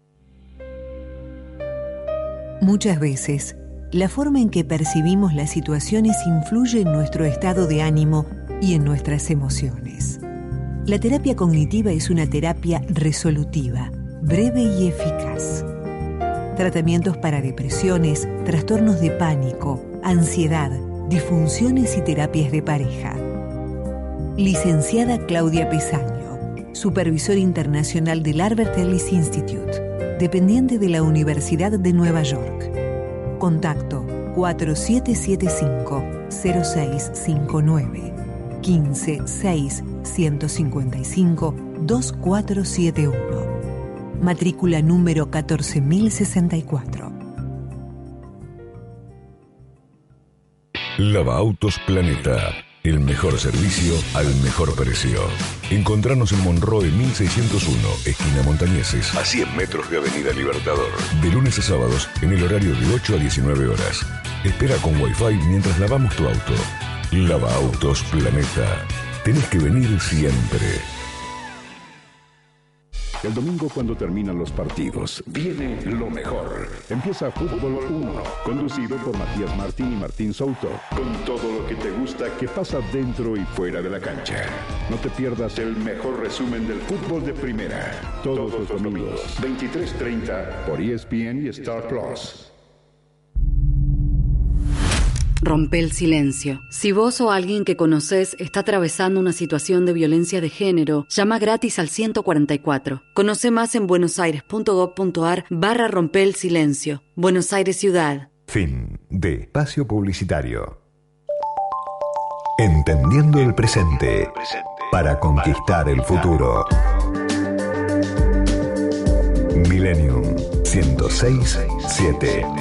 Muchas veces, la forma en que percibimos las situaciones influye en nuestro estado de ánimo y en nuestras emociones. La terapia cognitiva es una terapia resolutiva, breve y eficaz. Tratamientos para depresiones, trastornos de pánico, ansiedad, disfunciones y terapias de pareja. Licenciada Claudia Pesaño, supervisor internacional del Albert Ellis Institute, dependiente de la Universidad de Nueva York. Contacto 4775-0659 15-6-155-2471. Matrícula número 14064. Lavaautos Planeta. El mejor servicio al mejor precio. Encontranos en Monroe 1601, esquina Montañeses, a 100 metros de Avenida Libertador. De lunes a sábados, en el horario de 8 a 19 horas. Espera con Wi-Fi mientras lavamos tu auto. Lavaautos Planeta. Tenés que venir siempre. El domingo, cuando terminan los partidos, viene lo mejor. Empieza Fútbol 1, conducido por Matías Martín y Martín Souto, con todo lo que te gusta que pasa dentro y fuera de la cancha. No te pierdas el mejor resumen del fútbol de primera. Todos los domingos, 23:30, por ESPN y Star Plus. Rompe el silencio. Si vos o alguien que conocés está atravesando una situación de violencia de género, llama gratis al 144. Conoce más en buenosaires.gov.ar/rompe el silencio. Buenos Aires Ciudad. Fin de espacio publicitario. Entendiendo el presente para conquistar el futuro. Millennium 106.7.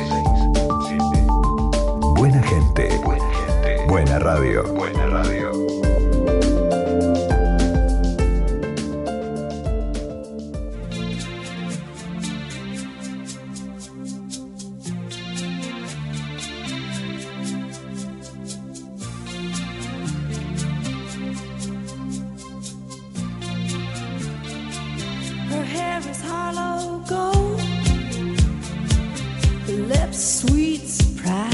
Buena gente. Buena radio. Buena radio. Her hair is hollow gold, her lips sweet surprise.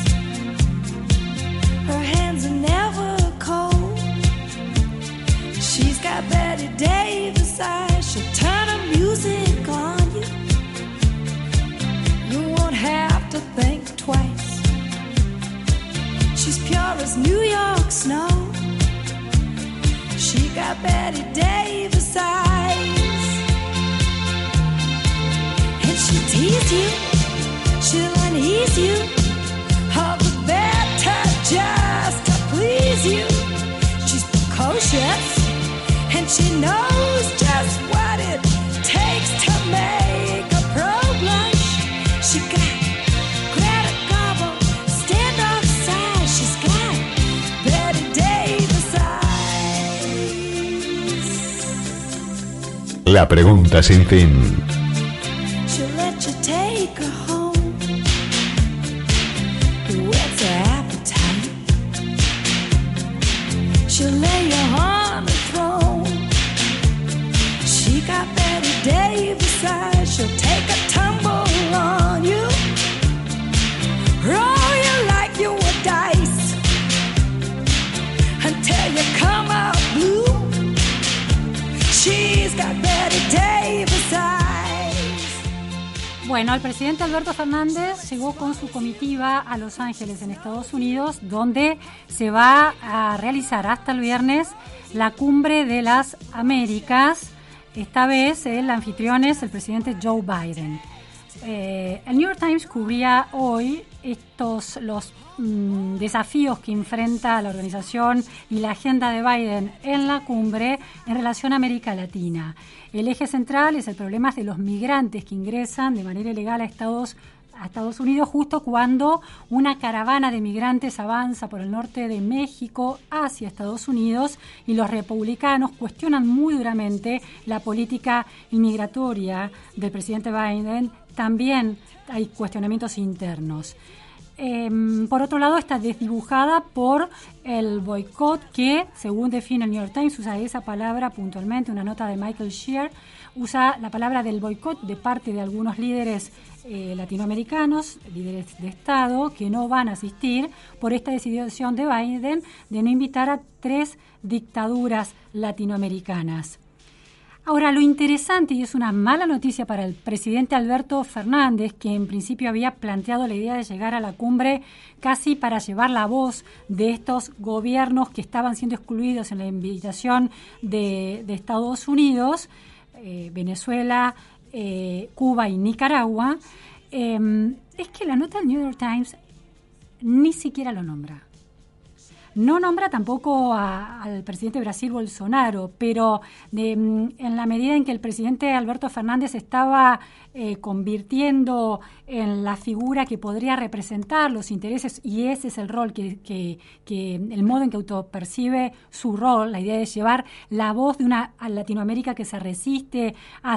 Her hands are never cold. She's got Betty Davis eyes. She'll turn her music on you. You won't have to think twice. She's pure as New York snow. She got Betty Davis eyes. tease you, she'll unease you, all the better just to please you. She's precocious, and she knows just what it takes to make a pro blush. She got Greta Garbo, stand off side. She's got Betty Davis eyes. La pregunta sin fin. She'll let you take her home, whets her appetite. She'll lay you on the throne. She got Betty Davis eyes. She'll take a tumble on you, roll you like you were dice, until you come out blue. She's got Betty Davis eyes. Bueno, el presidente Alberto Fernández llegó con su comitiva a Los Ángeles, en Estados Unidos, donde se va a realizar hasta el viernes la Cumbre de las Américas. Esta vez el anfitrión es el presidente Joe Biden. El New York Times cubría hoy los desafíos que enfrenta la organización y la agenda de Biden en la cumbre en relación a América Latina. El eje central es el problema de los migrantes que ingresan de manera ilegal a Estados Unidos justo cuando una caravana de migrantes avanza por el norte de México hacia Estados Unidos, y los republicanos cuestionan muy duramente la política inmigratoria del presidente Biden. También hay cuestionamientos internos. Por otro lado, está desdibujada por el boicot que, según define el New York Times, usa esa palabra puntualmente, una nota de Michael Shear, usa la palabra del boicot de parte de algunos líderes latinoamericanos, líderes de Estado, que no van a asistir por esta decisión de Biden de no invitar a 3 dictaduras latinoamericanas. Ahora, lo interesante, y es una mala noticia para el presidente Alberto Fernández, que en principio había planteado la idea de llegar a la cumbre casi para llevar la voz de estos gobiernos que estaban siendo excluidos en la invitación de Estados Unidos, Venezuela, Cuba y Nicaragua, es que la nota del New York Times ni siquiera lo nombra. No nombra tampoco al presidente de Brasil, Bolsonaro, pero en la medida en que el presidente Alberto Fernández estaba convirtiendo en la figura que podría representar los intereses, y ese es el rol que el modo en que autopercibe su rol, la idea de llevar la voz de una Latinoamérica que se resiste a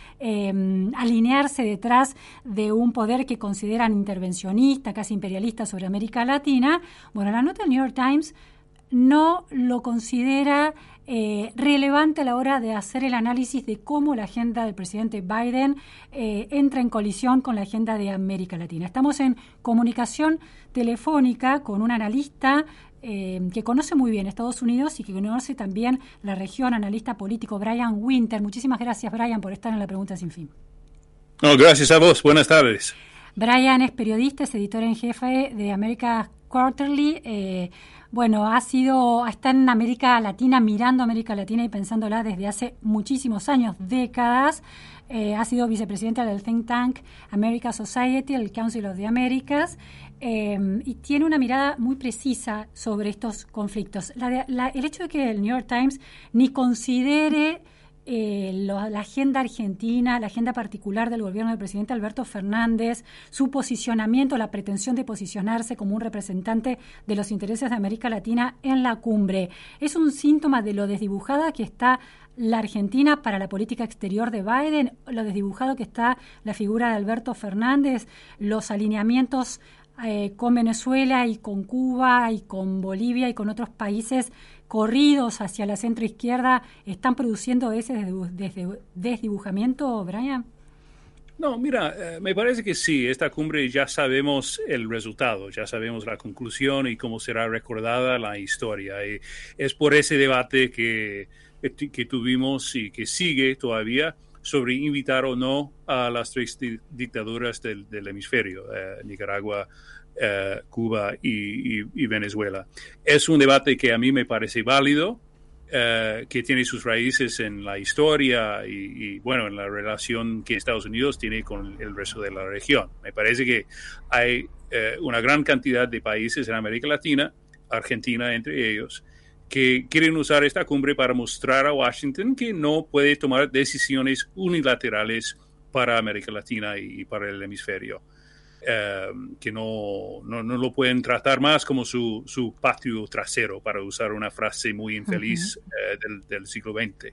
alinearse detrás de un poder que consideran intervencionista, casi imperialista sobre América Latina. Bueno, la nota del New York Times no lo considera relevante a la hora de hacer el análisis de cómo la agenda del presidente Biden entra en colisión con la agenda de América Latina. Estamos en comunicación telefónica con un analista que conoce muy bien Estados Unidos y que conoce también la región, analista político Brian Winter. Muchísimas gracias, Brian, por estar en La Pregunta Sin Fin. No, gracias a vos. Buenas tardes. Brian es periodista, es editor en jefe de America Quarterly. Está en América Latina, mirando América Latina y pensándola desde hace muchísimos años, décadas. Ha sido vicepresidenta del think tank America Society, el Council of the Americas, y tiene una mirada muy precisa sobre estos conflictos. El hecho de que el New York Times ni considere la agenda argentina, la agenda particular del gobierno del presidente Alberto Fernández, su posicionamiento, la pretensión de posicionarse como un representante de los intereses de América Latina en la cumbre, es un síntoma de lo desdibujada que está la Argentina para la política exterior de Biden, lo desdibujado que está la figura de Alberto Fernández, los alineamientos con Venezuela y con Cuba y con Bolivia y con otros países corridos hacia la centroizquierda, ¿están produciendo ese desdibujamiento, Brian? No, mira, me parece que sí, esta cumbre ya sabemos el resultado, ya sabemos la conclusión y cómo será recordada la historia. Y es por ese debate que tuvimos y que sigue todavía sobre invitar o no a las 3 dictaduras del hemisferio, Nicaragua, Cuba y Venezuela. Es un debate que a mí me parece válido, que tiene sus raíces en la historia y bueno, en la relación que Estados Unidos tiene con el resto de la región. Me parece que hay una gran cantidad de países en América Latina, Argentina entre ellos, que quieren usar esta cumbre para mostrar a Washington que no puede tomar decisiones unilaterales para América Latina y para el hemisferio. Que no lo pueden tratar más como su patio trasero, para usar una frase muy infeliz del siglo XX.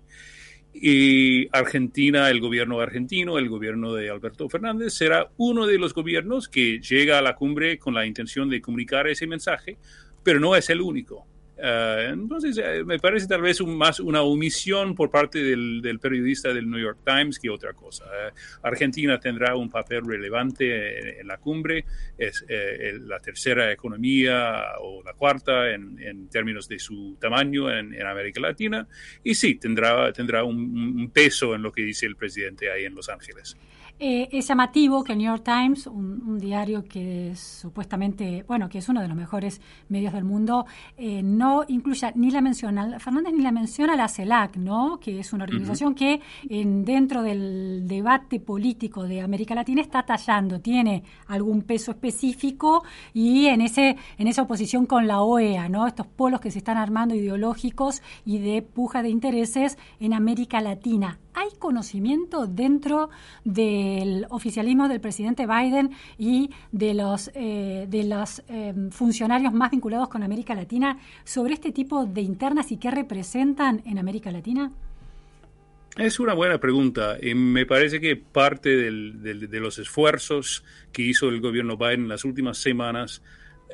Y Argentina, el gobierno argentino, el gobierno de Alberto Fernández, será uno de los gobiernos que llega a la cumbre con la intención de comunicar ese mensaje, pero no es el único. Entonces, me parece tal vez más una omisión por parte del periodista del New York Times que otra cosa. Argentina tendrá un papel relevante en la cumbre, es la tercera economía o la cuarta en términos de su tamaño en América Latina, y sí, tendrá un peso en lo que dice el presidente ahí en Los Ángeles. Es llamativo que el New York Times, un diario que es supuestamente, bueno, que es uno de los mejores medios del mundo, no incluya ni la menciona Fernández ni la menciona la CELAC, ¿no? Que es una organización que dentro del debate político de América Latina está tallando, tiene algún peso específico y en esa oposición con la OEA, ¿no? Estos polos que se están armando ideológicos y de puja de intereses en América Latina. ¿Hay conocimiento dentro del oficialismo del presidente Biden y de los funcionarios más vinculados con América Latina sobre este tipo de internas y qué representan en América Latina? Es una buena pregunta y me parece que parte de los esfuerzos que hizo el gobierno Biden en las últimas semanas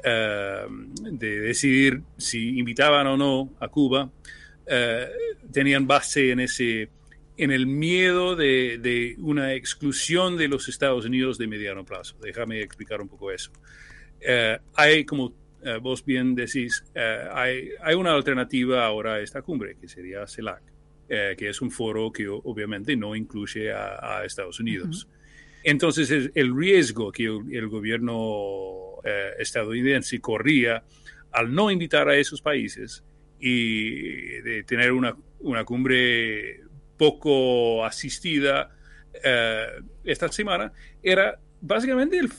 de decidir si invitaban o no a Cuba tenían base en el miedo de una exclusión de los Estados Unidos de mediano plazo. Déjame explicar un poco eso. Hay, como vos bien decís, hay una alternativa ahora a esta cumbre, que sería CELAC, que es un foro que obviamente no incluye a Estados Unidos. Entonces, el riesgo que el gobierno estadounidense corría al no invitar a esos países y de tener una cumbre poco asistida esta semana, era básicamente el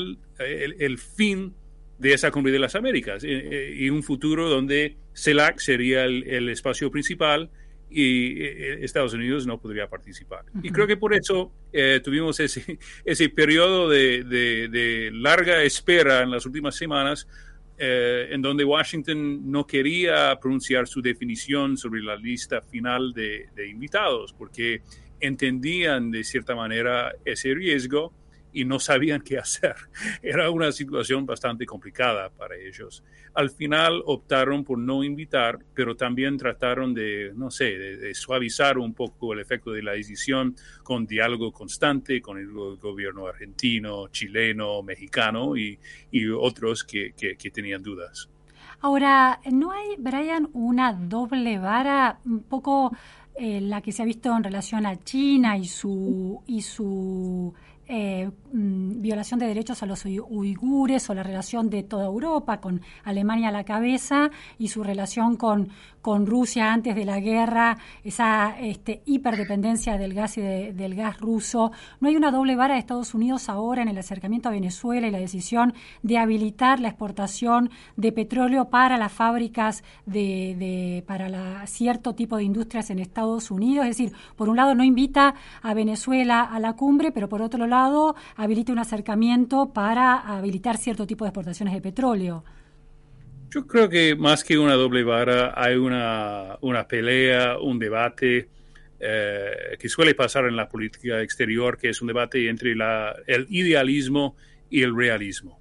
fin de esa cumbre de las Américas y un futuro donde CELAC sería el espacio principal y Estados Unidos no podría participar. Y creo que por eso tuvimos ese periodo de larga espera en las últimas semanas, en donde Washington no quería pronunciar su definición sobre la lista final de invitados, porque entendían de cierta manera ese riesgo y no sabían qué hacer. Era una situación bastante complicada para ellos. Al final optaron por no invitar, pero también trataron de suavizar un poco el efecto de la decisión con diálogo constante con el gobierno argentino, chileno, mexicano y otros que tenían dudas. Ahora, ¿no hay, Brian, una doble vara un poco la que se ha visto en relación a China y su violación de derechos a los uigures, o la relación de toda Europa con Alemania a la cabeza y su relación con Rusia antes de la guerra, esa hiperdependencia del gas y del gas ruso? ¿No hay una doble vara de Estados Unidos ahora en el acercamiento a Venezuela y la decisión de habilitar la exportación de petróleo para las fábricas para cierto tipo de industrias en Estados Unidos? Es decir, por un lado no invita a Venezuela a la cumbre, pero por otro lado habilita un acercamiento para habilitar cierto tipo de exportaciones de petróleo. Yo creo que más que una doble vara hay una pelea, un debate que suele pasar en la política exterior, que es un debate entre el idealismo y el realismo.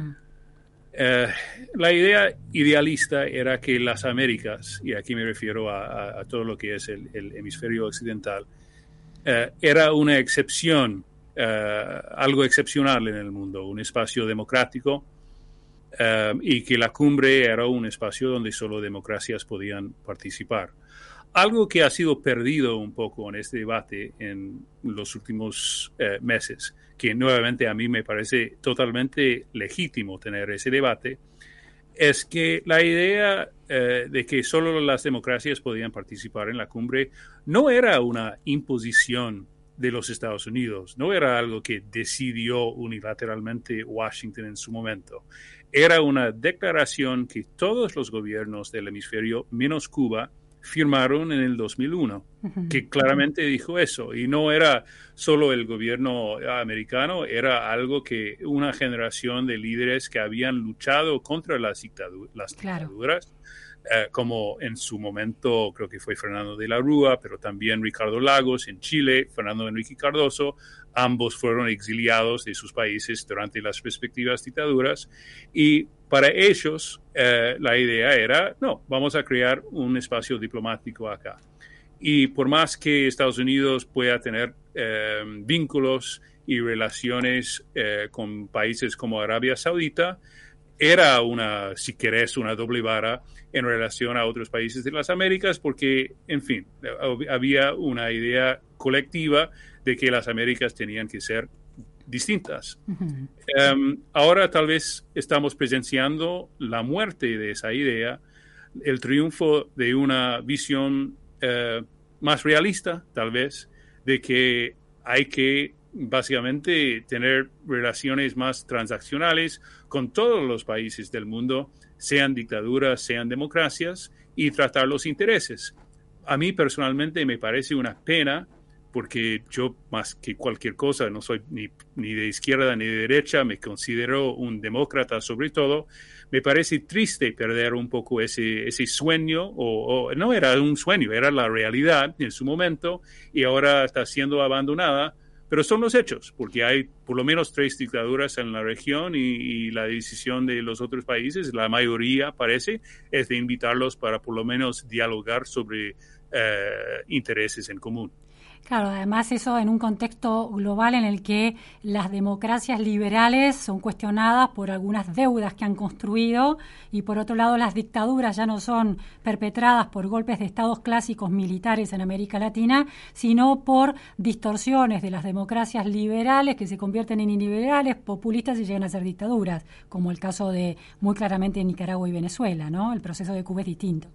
La idea idealista era que las Américas, y aquí me refiero a todo lo que es el hemisferio occidental, era una excepción, algo excepcional en el mundo, un espacio democrático, y que la cumbre era un espacio donde solo democracias podían participar. Algo que ha sido perdido un poco en este debate en los últimos meses, que nuevamente a mí me parece totalmente legítimo tener ese debate, es que la idea de que solo las democracias podían participar en la cumbre no era una imposición de los Estados Unidos, no era algo que decidió unilateralmente Washington en su momento. Era una declaración que todos los gobiernos del hemisferio, menos Cuba, firmaron en el 2001, que claramente dijo eso. Y no era solo el gobierno americano, era algo que una generación de líderes que habían luchado contra las dictaduras, como en su momento creo que fue Fernando de la Rúa, pero también Ricardo Lagos en Chile, Fernando Henrique Cardoso, ambos fueron exiliados de sus países durante las respectivas dictaduras, y para ellos la idea era, no, vamos a crear un espacio diplomático acá. Y por más que Estados Unidos pueda tener vínculos y relaciones con países como Arabia Saudita, era si querés, una doble vara en relación a otros países de las Américas, porque, en fin, había una idea colectiva de que las Américas tenían que ser distintas. Ahora tal vez estamos presenciando la muerte de esa idea, el triunfo de una visión más realista, tal vez, de que hay que básicamente tener relaciones más transaccionales con todos los países del mundo, sean dictaduras, sean democracias, y tratar los intereses. A mí personalmente me parece una pena, porque yo más que cualquier cosa no soy ni de izquierda ni de derecha, me considero un demócrata sobre todo. Me parece triste perder un poco ese sueño, o no era un sueño, era la realidad en su momento, y ahora está siendo abandonada. Pero son los hechos, porque hay por lo menos 3 dictaduras en la región, y la decisión de los otros países, la mayoría parece, es de invitarlos para por lo menos dialogar sobre intereses en común. Claro, además eso en un contexto global en el que las democracias liberales son cuestionadas por algunas deudas que han construido, y por otro lado las dictaduras ya no son perpetradas por golpes de estados clásicos militares en América Latina, sino por distorsiones de las democracias liberales que se convierten en iliberales, populistas, y llegan a ser dictaduras, como el caso de muy claramente Nicaragua y Venezuela, ¿no? El proceso de Cuba es distinto.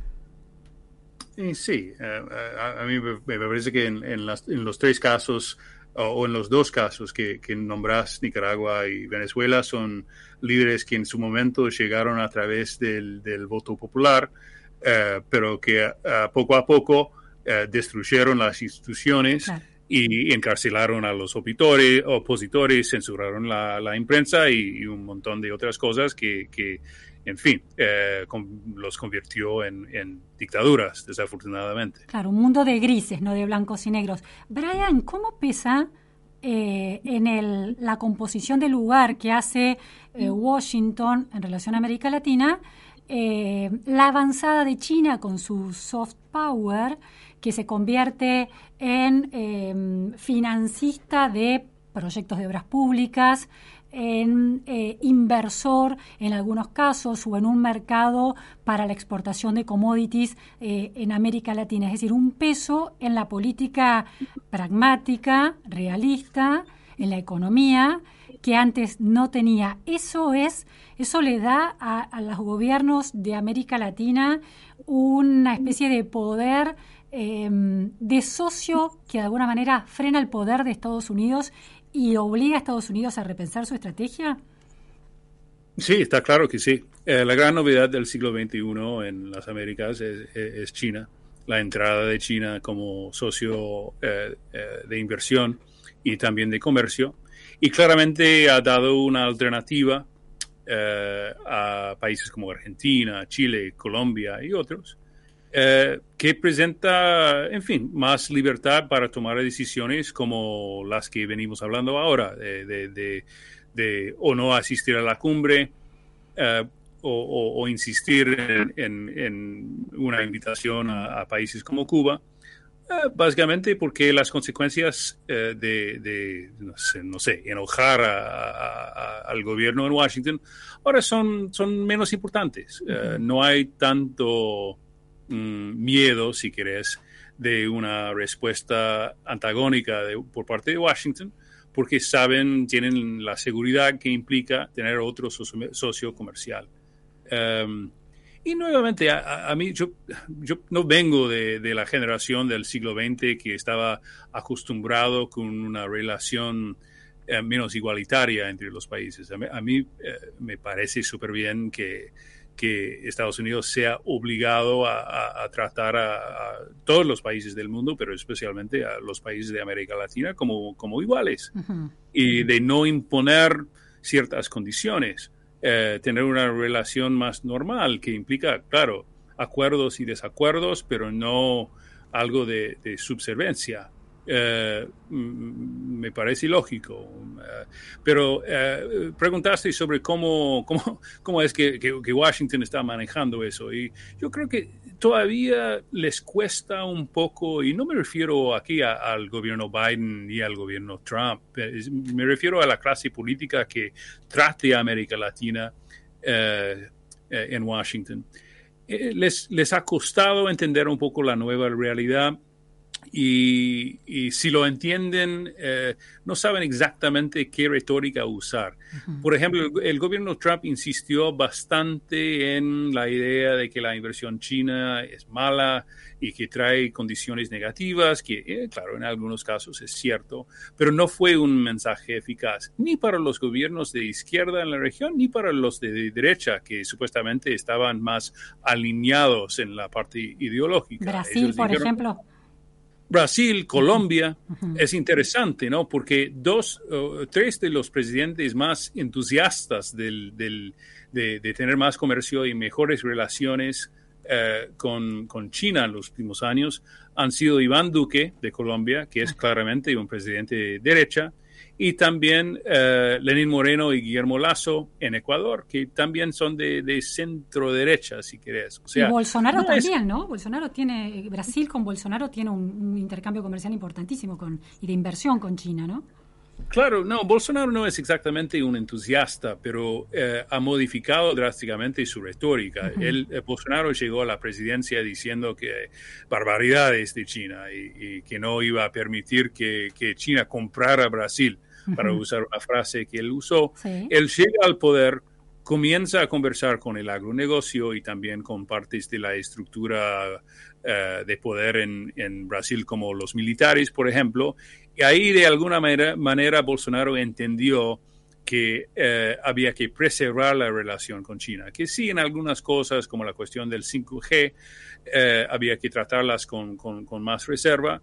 Sí, a mí me parece que en los 3 casos, o en los 2 casos que nombrás, Nicaragua y Venezuela, son líderes que en su momento llegaron a través del voto popular, pero que poco a poco destruyeron las instituciones. Claro. Y encarcelaron a los opositores, censuraron la imprensa y un montón de otras cosas que en fin, los convirtió en dictaduras, desafortunadamente. Claro, un mundo de grises, no de blancos y negros. Brian, ¿cómo pesa en la composición del lugar que hace Washington en relación a América Latina la avanzada de China con su soft power, que se convierte en financista de proyectos de obras públicas, en inversor en algunos casos, o en un mercado para la exportación de commodities en América Latina? Es decir, un peso en la política pragmática, realista, en la economía, que antes no tenía. Eso le da a los gobiernos de América Latina una especie de poder de socio que de alguna manera frena el poder de Estados Unidos y obliga a Estados Unidos a repensar su estrategia. Sí, está claro que sí. La gran novedad del siglo XXI en las Américas es China, la entrada de China como socio de inversión y también de comercio, y claramente ha dado una alternativa a países como Argentina, Chile, Colombia y otros, que presenta, en fin, más libertad para tomar decisiones como las que venimos hablando ahora, de o no asistir a la cumbre, o insistir en una invitación a países como Cuba, básicamente porque las consecuencias de no sé, enojar al gobierno en Washington ahora son menos importantes. No hay tanto miedo, si querés, de una respuesta antagónica por parte de Washington, porque tienen la seguridad que implica tener otro socio comercial. Y nuevamente, a mí, yo no vengo de la generación del siglo XX que estaba acostumbrado con una relación menos igualitaria entre los países. A mí me parece súper bien que Estados Unidos sea obligado a tratar a todos los países del mundo, pero especialmente a los países de América Latina como iguales. Uh-huh. Y de no imponer ciertas condiciones. Tener una relación más normal que implica, claro, acuerdos y desacuerdos, pero no algo de subserviencia. Me parece ilógico. Pero preguntaste sobre cómo es que Washington está manejando eso. Y yo creo que todavía les cuesta un poco, y no me refiero aquí al gobierno Biden ni al gobierno Trump, me refiero a la clase política que trate a América Latina en Washington. Les ha costado entender un poco la nueva realidad. Y si lo entienden, no saben exactamente qué retórica usar. Uh-huh. Por ejemplo, el gobierno Trump insistió bastante en la idea de que la inversión china es mala y que trae condiciones negativas, que claro, en algunos casos es cierto, pero no fue un mensaje eficaz ni para los gobiernos de izquierda en la región, ni para los de derecha, que supuestamente estaban más alineados en la parte ideológica. Brasil, por ejemplo. Brasil, Colombia, uh-huh. Es interesante, ¿no? Porque tres de los presidentes más entusiastas de tener más comercio y mejores relaciones con China en los últimos años han sido Iván Duque, de Colombia, que es claramente un presidente de derecha, y también Lenín Moreno y Guillermo Lasso en Ecuador, que también son de centro derecha, si querés. O sea, y Bolsonaro también, ¿no? Brasil con Bolsonaro tiene un intercambio comercial importantísimo y de inversión con China, ¿no? Claro, no, Bolsonaro no es exactamente un entusiasta, pero ha modificado drásticamente su retórica. Uh-huh. Bolsonaro llegó a la presidencia diciendo que barbaridades de China y que no iba a permitir que China comprara a Brasil, uh-huh. para usar una frase que él usó. Sí. Él llega al poder, comienza a conversar con el agronegocio y también con partes de la estructura de poder en Brasil, como los militares, por ejemplo. Y ahí, de alguna manera Bolsonaro entendió que había que preservar la relación con China, que sí, en algunas cosas, como la cuestión del 5G, había que tratarlas con más reserva,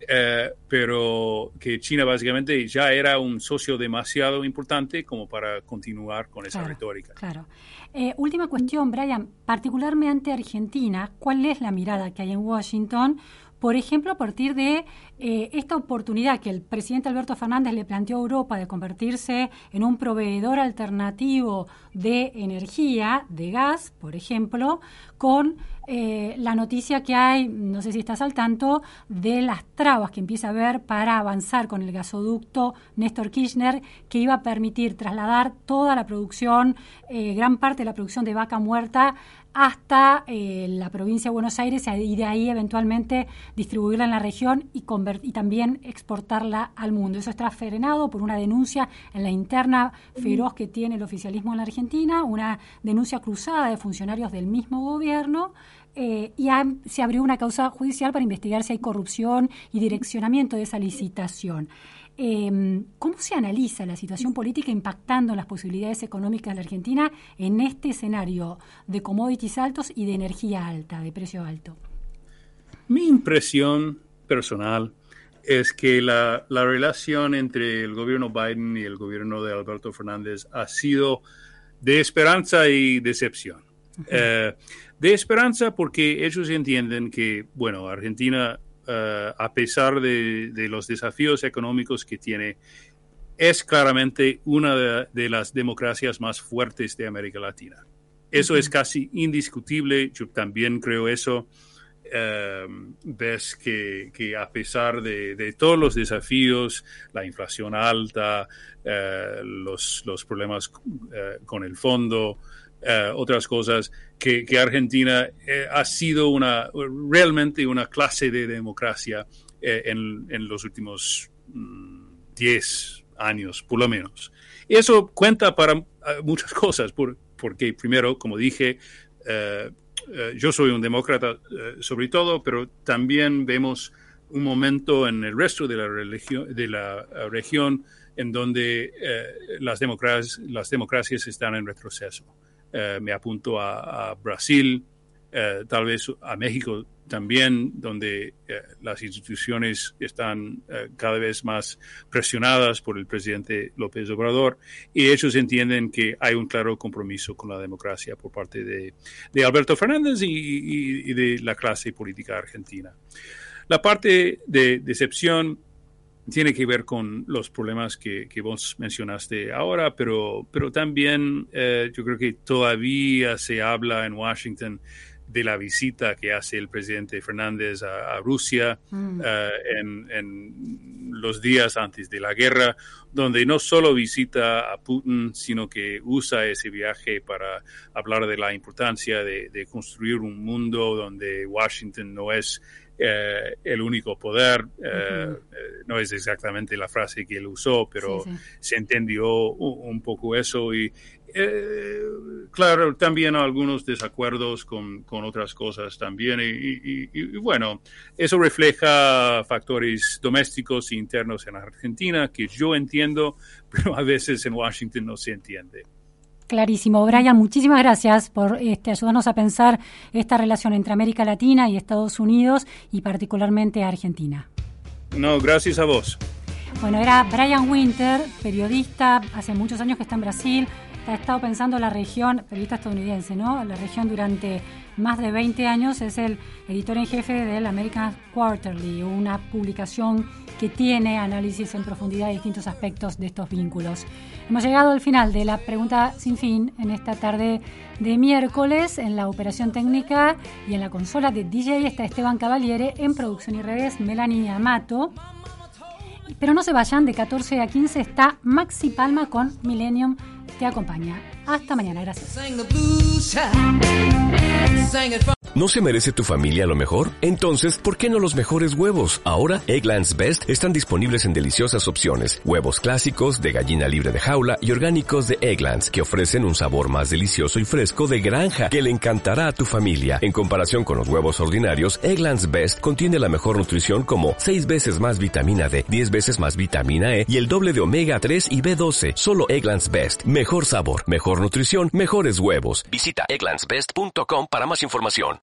pero que China básicamente ya era un socio demasiado importante como para continuar con esa retórica. Claro. Última cuestión, Brian, particularmente Argentina, ¿cuál es la mirada que hay en Washington? Por ejemplo, a partir de esta oportunidad que el presidente Alberto Fernández le planteó a Europa de convertirse en un proveedor alternativo de energía, de gas, por ejemplo, con la noticia que hay, no sé si estás al tanto, de las trabas que empieza a haber para avanzar con el gasoducto Néstor Kirchner, que iba a permitir trasladar toda la producción, gran parte de la producción de vaca muerta, hasta la provincia de Buenos Aires y de ahí eventualmente distribuirla en la región y también exportarla al mundo. Eso está frenado por una denuncia en la interna feroz que tiene el oficialismo en la Argentina, una denuncia cruzada de funcionarios del mismo gobierno, y se abrió una causa judicial para investigar si hay corrupción y direccionamiento de esa licitación. ¿Cómo se analiza la situación política impactando en las posibilidades económicas de la Argentina en este escenario de commodities altos y de energía alta, de precio alto? Mi impresión personal es que la relación entre el gobierno Biden y el gobierno de Alberto Fernández ha sido de esperanza y decepción. Uh-huh. De esperanza porque ellos entienden que, bueno, Argentina, a pesar de los desafíos económicos que tiene, es claramente una de las democracias más fuertes de América Latina. Eso es casi indiscutible, yo también creo eso. Ves que a pesar de todos los desafíos, la inflación alta, los problemas con el fondo, otras cosas, que Argentina ha sido realmente una clase de democracia en los últimos 10 años, por lo menos. Y eso cuenta para muchas cosas, porque primero, como dije, yo soy un demócrata sobre todo, pero también vemos un momento en el resto de la región en donde las democracias están en retroceso. Me apunto a Brasil, tal vez a México también, donde las instituciones están cada vez más presionadas por el presidente López Obrador, y ellos entienden que hay un claro compromiso con la democracia por parte de Alberto Fernández y de la clase política argentina. La parte de decepción tiene que ver con los problemas que vos mencionaste ahora, pero también yo creo que todavía se habla en Washington de la visita que hace el presidente Fernández a Rusia en los días antes de la guerra, donde no solo visita a Putin, sino que usa ese viaje para hablar de la importancia de construir un mundo donde Washington no es el único poder. No es exactamente la frase que él usó, pero se entendió un poco eso, y claro, también algunos desacuerdos con otras cosas también, y bueno, eso refleja factores domésticos e internos en Argentina que yo entiendo, pero a veces en Washington no se entiende. Clarísimo. Brian, muchísimas gracias por ayudarnos a pensar esta relación entre América Latina y Estados Unidos, y particularmente Argentina. No, gracias a vos. Bueno, era Brian Winter, periodista, hace muchos años que está en Brasil. Ha estado pensando la región, periodista estadounidense, ¿no? La región durante más de 20 años, es el editor en jefe del American Quarterly, una publicación que tiene análisis en profundidad de distintos aspectos de estos vínculos. Hemos llegado al final de la pregunta sin fin en esta tarde de miércoles. En la operación técnica y en la consola de DJ está Esteban Cavaliere, en producción y redes Melanie Amato. Pero no se vayan, de 14 a 15 está Maxi Palma con Millennium Te Acompaña. Hasta mañana, gracias. ¿No se merece tu familia lo mejor? Entonces, ¿por qué no los mejores huevos? Ahora, Eggland's Best están disponibles en deliciosas opciones. Huevos clásicos, de gallina libre de jaula y orgánicos de Eggland's, que ofrecen un sabor más delicioso y fresco de granja que le encantará a tu familia. En comparación con los huevos ordinarios, Eggland's Best contiene la mejor nutrición, como 6 veces más vitamina D, 10 veces más vitamina E y el doble de omega 3 y B12. Solo Eggland's Best. Mejor sabor, mejor nutrición, mejores huevos. Visita egglandsbest.com para más información.